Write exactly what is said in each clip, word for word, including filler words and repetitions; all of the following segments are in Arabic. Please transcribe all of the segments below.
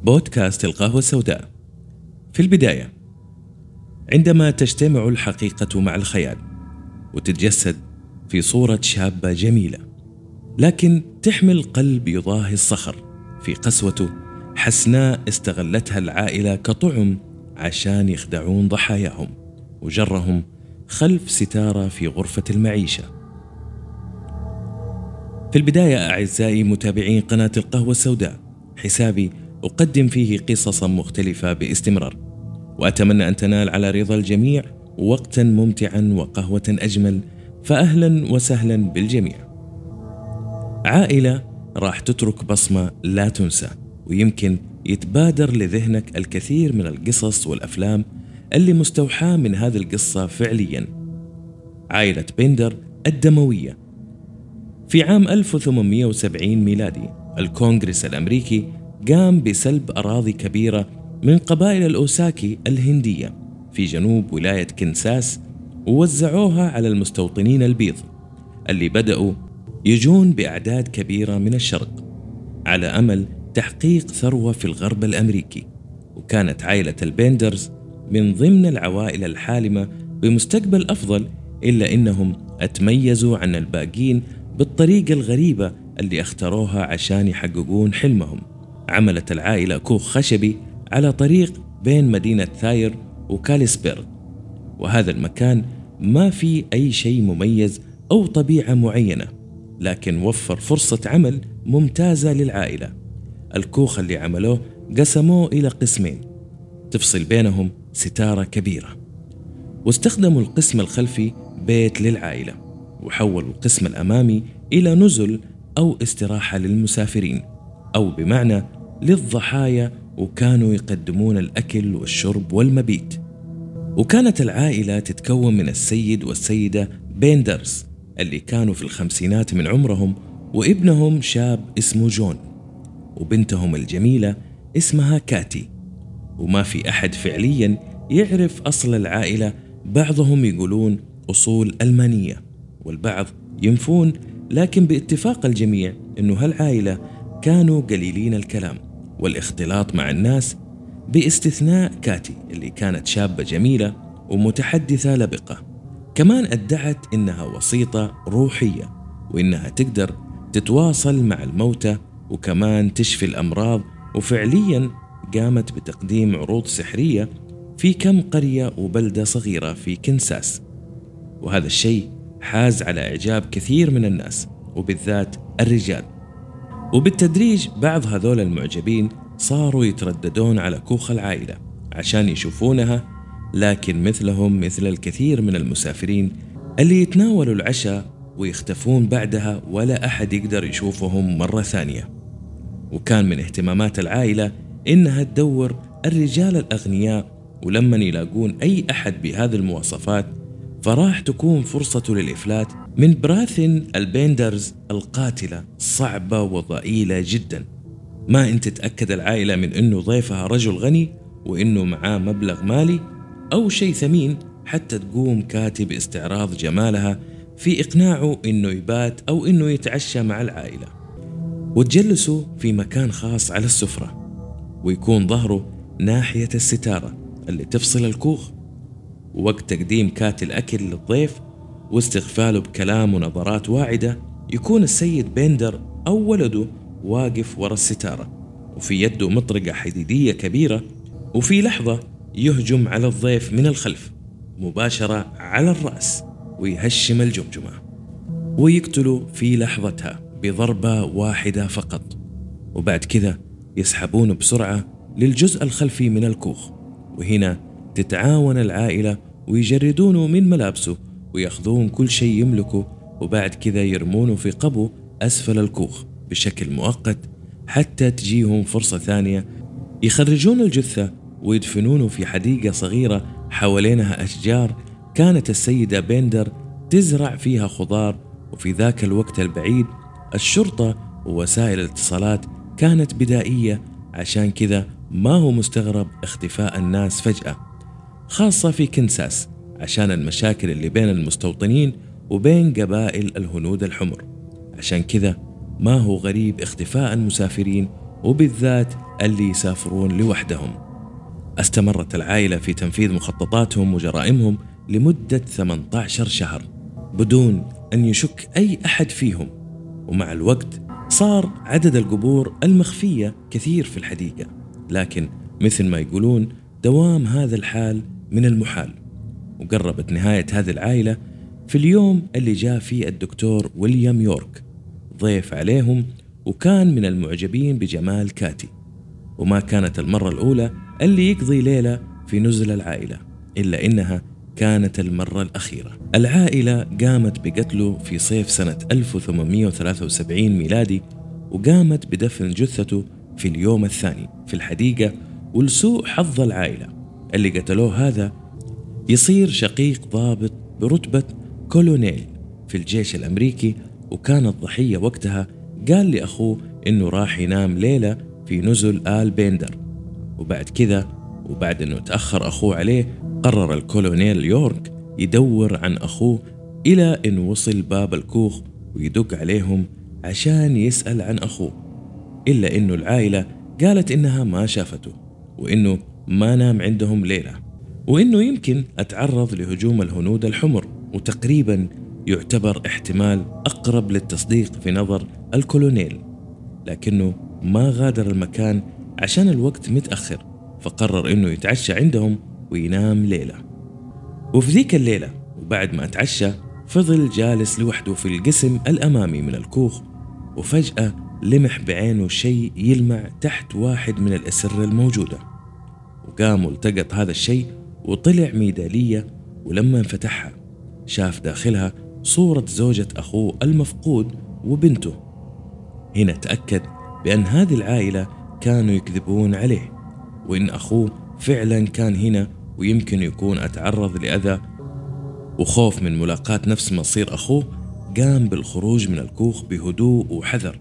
بودكاست القهوة السوداء. في البداية، عندما تجتمع الحقيقة مع الخيال وتتجسد في صورة شابة جميلة لكن تحمل قلب يضاهي الصخر في قسوته، حسناء استغلتها العائلة كطعم عشان يخدعون ضحاياهم وجرهم خلف ستارة في غرفة المعيشة. في البداية أعزائي متابعين قناة القهوة السوداء، حسابي أقدم فيه قصصا مختلفة باستمرار، وأتمنى أن تنال على رضا الجميع وقتا ممتعا وقهوة أجمل، فأهلا وسهلا بالجميع. عائلة راح تترك بصمة لا تنسى، ويمكن يتبادر لذهنك الكثير من القصص والأفلام اللي مستوحاة من هذه القصة فعليا. عائلة بندر الدموية. في عام ألف وثمانمئة وسبعين ميلادي، الكونغرس الأمريكي قام بسلب أراضي كبيرة من قبائل الأوساكي الهندية في جنوب ولاية كنساس، ووزعوها على المستوطنين البيض اللي بدأوا يجون بأعداد كبيرة من الشرق على أمل تحقيق ثروة في الغرب الأمريكي. وكانت عائلة البندرز من ضمن العوائل الحالمة بمستقبل أفضل، إلا إنهم اتميزوا عن الباقين بالطريقة الغريبة اللي اختاروها عشان يحققون حلمهم. عملت العائلة كوخ خشبي على طريق بين مدينة ثاير وكاليسبيرغ، وهذا المكان ما فيه أي شيء مميز أو طبيعة معينة، لكن وفر فرصة عمل ممتازة للعائلة. الكوخ اللي عملوه قسموه إلى قسمين تفصل بينهم ستارة كبيرة، واستخدموا القسم الخلفي بيت للعائلة، وحولوا القسم الأمامي إلى نزل أو استراحة للمسافرين، أو بمعنى للضحايا، وكانوا يقدمون الأكل والشرب والمبيت. وكانت العائلة تتكون من السيد والسيدة بندرز اللي كانوا في الخمسينات من عمرهم، وابنهم شاب اسمه جون، وبنتهم الجميلة اسمها كاتي. وما في أحد فعليا يعرف أصل العائلة، بعضهم يقولون أصول ألمانية والبعض ينفون، لكن باتفاق الجميع أنه هالعائلة كانوا قليلين الكلام والاختلاط مع الناس، باستثناء كاتي اللي كانت شابة جميلة ومتحدثة لبقة. كمان ادعت إنها وسيطة روحية، وإنها تقدر تتواصل مع الموتى وكمان تشفي الأمراض، وفعليا قامت بتقديم عروض سحرية في كم قرية وبلدة صغيرة في كنساس. وهذا الشيء حاز على إعجاب كثير من الناس وبالذات الرجال، وبالتدريج بعض هذول المعجبين صاروا يترددون على كوخ العائلة عشان يشوفونها، لكن مثلهم مثل الكثير من المسافرين اللي يتناولوا العشاء ويختفون بعدها ولا أحد يقدر يشوفهم مرة ثانية. وكان من اهتمامات العائلة إنها تدور الرجال الأغنياء، ولما يلاقون أي أحد بهذه المواصفات فراح تكون فرصته للإفلات من براثن البندرز القاتلة صعبة وضئيلة جدا. ما أنت تتأكد العائلة من أنه ضيفها رجل غني وأنه معاه مبلغ مالي أو شيء ثمين، حتى تقوم كاتي باستعراض جمالها في إقناعه أنه يبات أو أنه يتعشى مع العائلة، وتجلسوا في مكان خاص على السفرة، ويكون ظهره ناحية الستارة اللي تفصل الكوخ. ووقت تقديم كاتي الأكل للضيف واستغفاله بكلام ونظرات واعدة، يكون السيد بندر أو ولده واقف ورا الستارة وفي يده مطرقة حديدية كبيرة، وفي لحظة يهجم على الضيف من الخلف مباشرة على الرأس ويهشم الجمجمة ويقتله في لحظتها بضربة واحدة فقط. وبعد كذا يسحبون بسرعة للجزء الخلفي من الكوخ، وهنا تتعاون العائلة ويجردونه من ملابسه ويأخذون كل شيء يملكه، وبعد كذا يرمونه في قبو أسفل الكوخ بشكل مؤقت حتى تجيهم فرصة ثانية يخرجون الجثة ويدفنونه في حديقة صغيرة حوالينها أشجار كانت السيدة بندر تزرع فيها خضار. وفي ذاك الوقت البعيد الشرطة ووسائل الاتصالات كانت بدائية، عشان كذا ما هو مستغرب اختفاء الناس فجأة، خاصة في كنساس عشان المشاكل اللي بين المستوطنين وبين قبائل الهنود الحمر. عشان كذا ما هو غريب اختفاء المسافرين وبالذات اللي يسافرون لوحدهم. استمرت العائلة في تنفيذ مخططاتهم وجرائمهم لمدة ثمانية عشر شهر بدون أن يشك أي أحد فيهم. ومع الوقت صار عدد القبور المخفية كثير في الحديقة، لكن مثل ما يقولون دوام هذا الحال من المحال. وقربت نهاية هذه العائلة في اليوم اللي جاء فيه الدكتور ويليام يورك ضيف عليهم، وكان من المعجبين بجمال كاتي. وما كانت المرة الأولى اللي يقضي ليلة في نزل العائلة، إلا إنها كانت المرة الأخيرة. العائلة قامت بقتله في صيف سنة ألف وثمانمئة وثلاثة وسبعين ميلادي، وقامت بدفن جثته في اليوم الثاني في الحديقة. ولسوء حظ العائلة اللي قتلوه هذا يصير شقيق ضابط برتبة كولونيل في الجيش الأمريكي، وكان الضحية وقتها قال لأخوه إنه راح ينام ليلة في نزل آل بيندر. وبعد كذا وبعد إنه تأخر أخوه عليه، قرر الكولونيل يورك يدور عن أخوه إلى إنه وصل باب الكوخ ويدق عليهم عشان يسأل عن أخوه. إلا إنه العائلة قالت إنها ما شافته، وإنه ما نام عندهم ليلة، وإنه يمكن أتعرض لهجوم الهنود الحمر، وتقريبا يعتبر احتمال أقرب للتصديق في نظر الكولونيل. لكنه ما غادر المكان عشان الوقت متأخر، فقرر إنه يتعشى عندهم وينام ليلة. وفي ذيك الليلة وبعد ما اتعشى فضل جالس لوحده في القسم الأمامي من الكوخ، وفجأة لمح بعينه شيء يلمع تحت واحد من الأسرة الموجودة. وقام والتقط هذا الشيء وطلع ميدالية، ولما انفتحها شاف داخلها صورة زوجة أخوه المفقود وبنته. هنا تأكد بأن هذه العائلة كانوا يكذبون عليه، وإن أخوه فعلا كان هنا، ويمكن يكون أتعرض لأذى. وخوف من ملاقاة نفس مصير أخوه قام بالخروج من الكوخ بهدوء وحذر،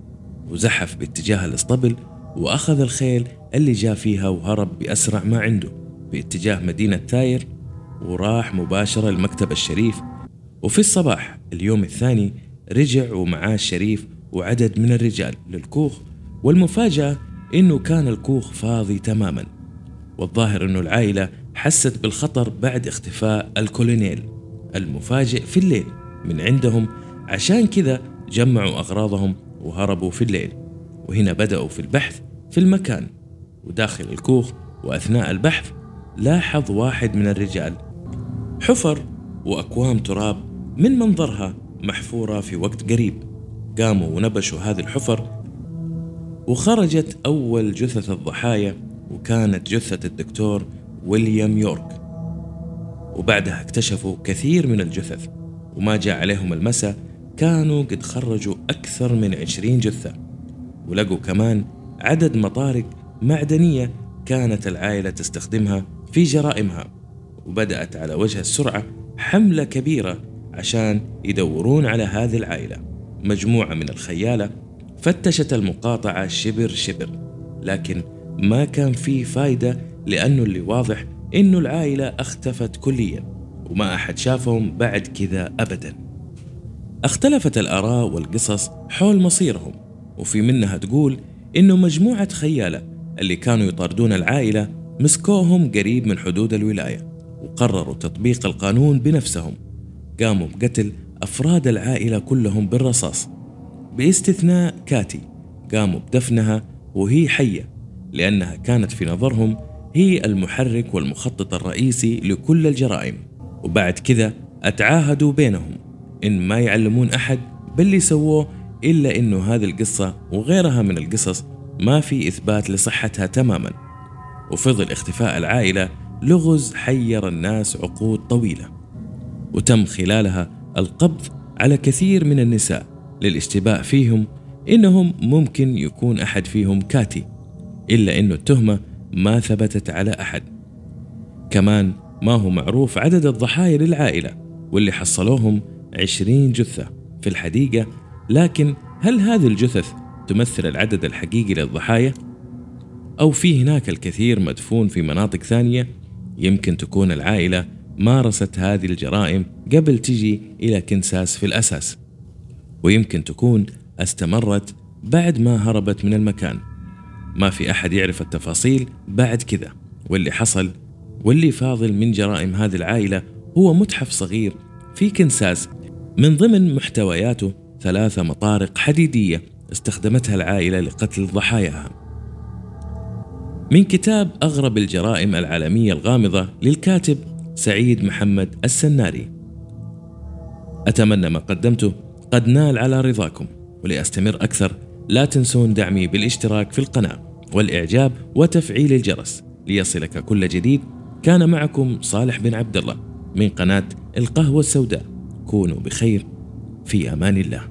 وزحف باتجاه الاسطبل، وأخذ الخيل اللي جاء فيها وهرب بأسرع ما عنده باتجاه مدينة تاير، وراح مباشرة لمكتب الشريف. وفي الصباح اليوم الثاني رجع ومعاه الشريف وعدد من الرجال للكوخ، والمفاجأة إنه كان الكوخ فاضي تماما. والظاهر إنه العائلة حست بالخطر بعد اختفاء الكولونيل المفاجئ في الليل من عندهم، عشان كذا جمعوا أغراضهم وهربوا في الليل. وهنا بدأوا في البحث في المكان وداخل الكوخ. وأثناء البحث لاحظ واحد من الرجال حفر وأكوام تراب من منظرها محفورة في وقت قريب. قاموا ونبشوا هذه الحفر، وخرجت أول جثث الضحايا، وكانت جثة الدكتور ويليام يورك. وبعدها اكتشفوا كثير من الجثث، وما جاء عليهم المساء كانوا قد خرجوا أكثر من عشرين جثة. ولقوا كمان عدد مطارق معدنية كانت العائلة تستخدمها في جرائمها. وبدأت على وجه السرعة حملة كبيرة عشان يدورون على هذه العائلة. مجموعة من الخيالة فتشت المقاطعة شبر شبر، لكن ما كان فيه فايدة، لأنه اللي واضح إنه العائلة اختفت كليا، وما أحد شافهم بعد كذا أبدا. اختلفت الآراء والقصص حول مصيرهم، وفي منها تقول إنه مجموعة خيالة اللي كانوا يطاردون العائلة مسكوهم قريب من حدود الولاية، وقرروا تطبيق القانون بنفسهم. قاموا بقتل أفراد العائلة كلهم بالرصاص باستثناء كاتي. قاموا بدفنها وهي حية، لأنها كانت في نظرهم هي المحرك والمخطط الرئيسي لكل الجرائم. وبعد كذا اتعاهدوا بينهم إن ما يعلمون أحد باللي سووه، إلا إنه هذه القصة وغيرها من القصص ما في إثبات لصحتها تماما. وفضل اختفاء العائلة لغز حير الناس عقود طويلة، وتم خلالها القبض على كثير من النساء للاشتباه فيهم إنهم ممكن يكون أحد فيهم كاتي، إلا إنه التهمة ما ثبتت على أحد. كمان ما هو معروف عدد الضحايا للعائلة، واللي حصلوهم عشرين جثة في الحديقة. لكن هل هذه الجثث تمثل العدد الحقيقي للضحايا؟ أو في هناك الكثير مدفون في مناطق ثانية؟ يمكن تكون العائلة مارست هذه الجرائم قبل تجي إلى كنساس في الأساس، ويمكن تكون استمرت بعد ما هربت من المكان. ما في أحد يعرف التفاصيل بعد كذا. واللي حصل واللي فاضل من جرائم هذه العائلة هو متحف صغير في كنساس، من ضمن محتوياته ثلاثة مطارق حديدية استخدمتها العائلة لقتل ضحاياها. من كتاب أغرب الجرائم العالمية الغامضة للكاتب سعيد محمد السناري. أتمنى ما قدمته قد نال على رضاكم، ولأستمر أكثر لا تنسون دعمي بالاشتراك في القناة والإعجاب وتفعيل الجرس ليصلك كل جديد. كان معكم صالح بن عبد الله من قناة القهوة السوداء. كونوا بخير، في أمان الله.